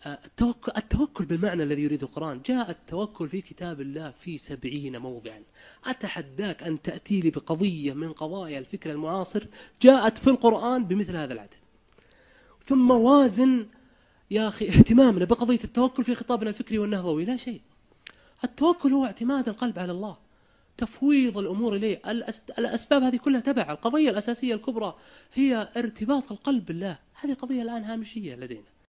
التوكل بالمعنى الذي يريده القرآن، جاء التوكل في كتاب الله في 70 موضعا. أتحداك أن تأتي لي بقضية من قضايا الفكر المعاصر جاءت في القرآن بمثل هذا العدد. ثم وازن يا أخي اهتمامنا بقضية التوكل في خطابنا الفكري والنهضوي، لا شيء. التوكل هو اعتماد القلب على الله، تفويض الأمور إليه. الأسباب هذه كلها تبع. القضية الأساسية الكبرى هي ارتباط القلب بالله. هذه قضية الآن هامشية لدينا.